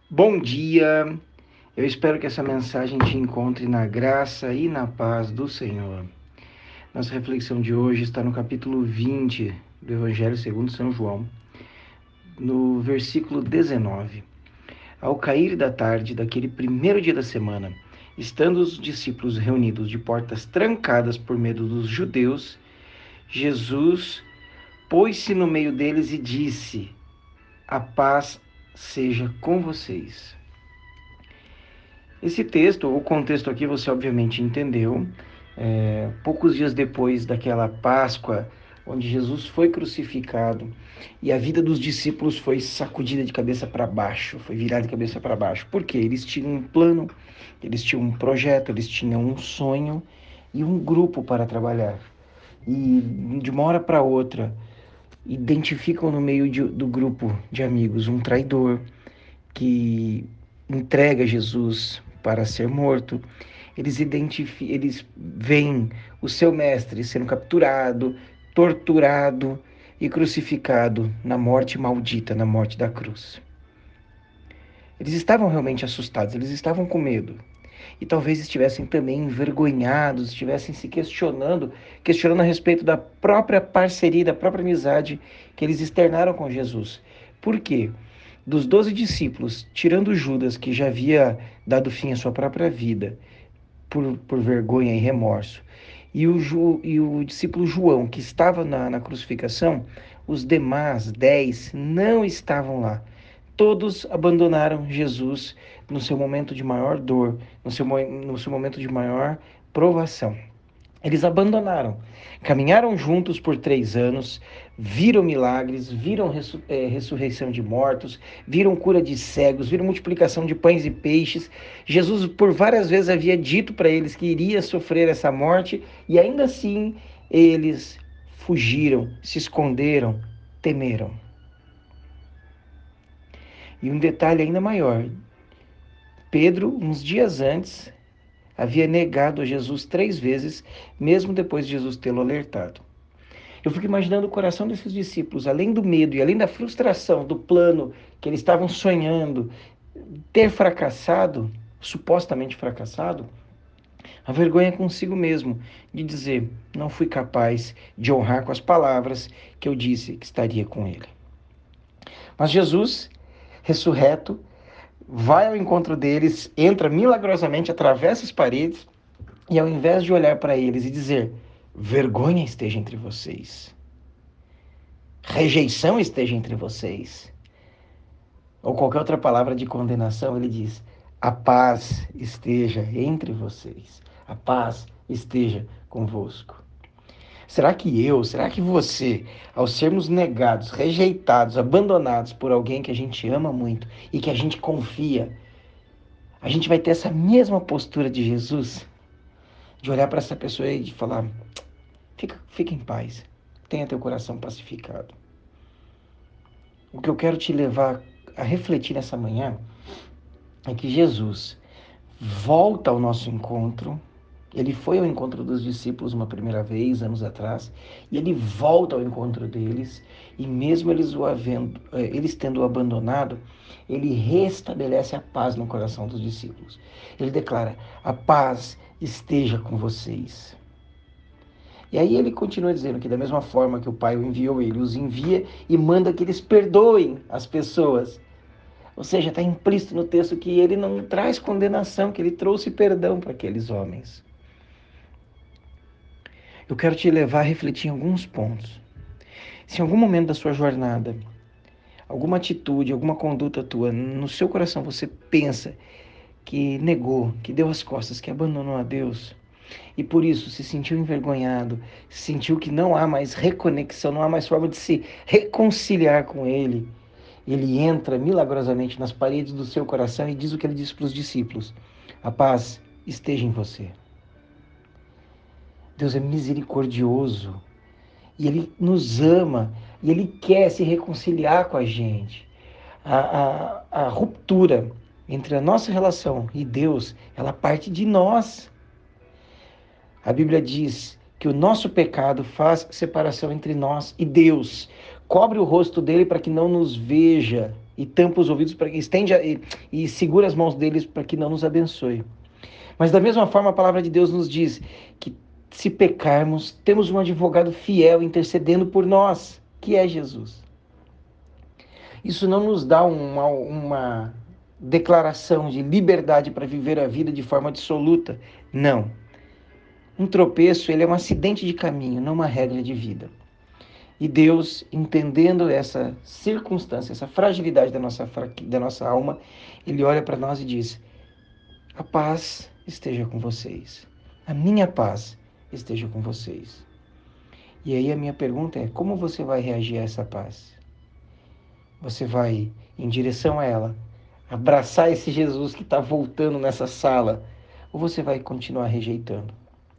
Bom dia, eu espero que essa mensagem te encontre na graça e na paz do Senhor. Nossa reflexão de hoje está no capítulo 20 do Evangelho segundo São João, no versículo 19. Ao cair da tarde daquele primeiro dia da semana, estando os discípulos reunidos de portas trancadas por medo dos judeus, Jesus pôs-se no meio deles e disse: A paz seja com vocês. Esse texto, o contexto aqui você obviamente entendeu. Poucos dias depois daquela Páscoa, onde Jesus foi crucificado e a vida dos discípulos foi sacudida de cabeça para baixo, foi virada de cabeça para baixo. Por quê? Eles tinham um plano, eles tinham um projeto, eles tinham um sonho e um grupo para trabalhar. E de uma hora para outra, identificam no meio do grupo de amigos um traidor que entrega Jesus para ser morto. Eles veem o seu mestre sendo capturado, torturado e crucificado na morte maldita, na morte da cruz. Eles estavam realmente assustados, eles estavam com medo. E talvez estivessem também envergonhados, estivessem se questionando a respeito da própria parceria, da própria amizade que eles externaram com Jesus. Por quê? Dos 12 discípulos, tirando Judas, que já havia dado fim à sua própria vida por vergonha e remorso, e o discípulo João, que estava na crucificação, os demais 10 não estavam lá. Todos abandonaram Jesus no seu momento de maior dor, no seu momento de maior provação. Eles abandonaram, caminharam juntos por 3 anos, viram milagres, viram ressurreição de mortos, viram cura de cegos, viram multiplicação de pães e peixes. Jesus, por várias vezes, havia dito para eles que iria sofrer essa morte e ainda assim eles fugiram, se esconderam, temeram. E um detalhe ainda maior: Pedro, uns dias antes, havia negado a Jesus 3 vezes, mesmo depois de Jesus tê-lo alertado. Eu fico imaginando o coração desses discípulos, além do medo e além da frustração do plano que eles estavam sonhando ter fracassado, supostamente fracassado, a vergonha consigo mesmo de dizer: não fui capaz de honrar com as palavras que eu disse que estaria com ele. Mas Jesus, ressurreto, vai ao encontro deles, entra milagrosamente, atravessa as paredes e, ao invés de olhar para eles e dizer: vergonha esteja entre vocês, rejeição esteja entre vocês, ou qualquer outra palavra de condenação, ele diz: a paz esteja entre vocês, a paz esteja convosco. Será que você, ao sermos negados, rejeitados, abandonados por alguém que a gente ama muito e que a gente confia, a gente vai ter essa mesma postura de Jesus? De olhar para essa pessoa e de falar: fica em paz, tenha teu coração pacificado. O que eu quero te levar a refletir nessa manhã é que Jesus volta ao nosso encontro. Ele foi ao encontro dos discípulos uma primeira vez, anos atrás, e ele volta ao encontro deles, e mesmo eles tendo o abandonado, ele restabelece a paz no coração dos discípulos. Ele declara: a paz esteja com vocês. E aí ele continua dizendo que da mesma forma que o Pai o enviou, ele os envia e manda que eles perdoem as pessoas. Ou seja, está implícito no texto que ele não traz condenação, que ele trouxe perdão para aqueles homens. Eu quero te levar a refletir em alguns pontos. Se em algum momento da sua jornada, alguma atitude, alguma conduta tua, no seu coração você pensa que negou, que deu as costas, que abandonou a Deus, e por isso se sentiu envergonhado, sentiu que não há mais reconexão, não há mais forma de se reconciliar com Ele, ele entra milagrosamente nas paredes do seu coração e diz o que ele disse para os discípulos: a paz esteja em você. Deus é misericordioso e Ele nos ama e Ele quer se reconciliar com a gente. A ruptura entre a nossa relação e Deus, ela parte de nós. A Bíblia diz que o nosso pecado faz separação entre nós e Deus. Cobre o rosto dele para que não nos veja e tampa os ouvidos, e segura as mãos deles para que não nos abençoe. Mas da mesma forma a palavra de Deus nos diz que se pecarmos, temos um advogado fiel intercedendo por nós, que é Jesus. Isso não nos dá uma declaração de liberdade para viver a vida de forma absoluta. Não. Um tropeço, ele é um acidente de caminho, não uma regra de vida. E Deus, entendendo essa circunstância, essa fragilidade da nossa alma, Ele olha para nós e diz: a paz esteja com vocês. A minha paz esteja com vocês. E aí a minha pergunta é: como você vai reagir a essa paz? Você vai em direção a ela, abraçar esse Jesus que está voltando nessa sala, ou você vai continuar rejeitando?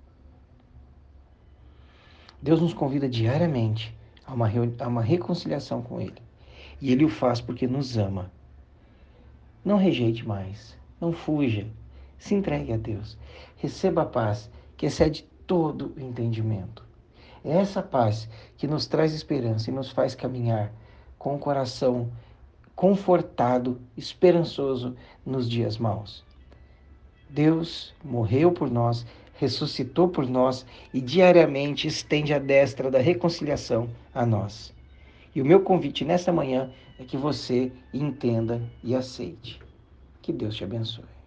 Deus nos convida diariamente a uma reconciliação com Ele. E Ele o faz porque nos ama. Não rejeite mais, não fuja, se entregue a Deus. Receba a paz que excede todo o entendimento. É essa paz que nos traz esperança e nos faz caminhar com o coração confortado, esperançoso nos dias maus. Deus morreu por nós, ressuscitou por nós e diariamente estende a destra da reconciliação a nós. E o meu convite nesta manhã é que você entenda e aceite. Que Deus te abençoe.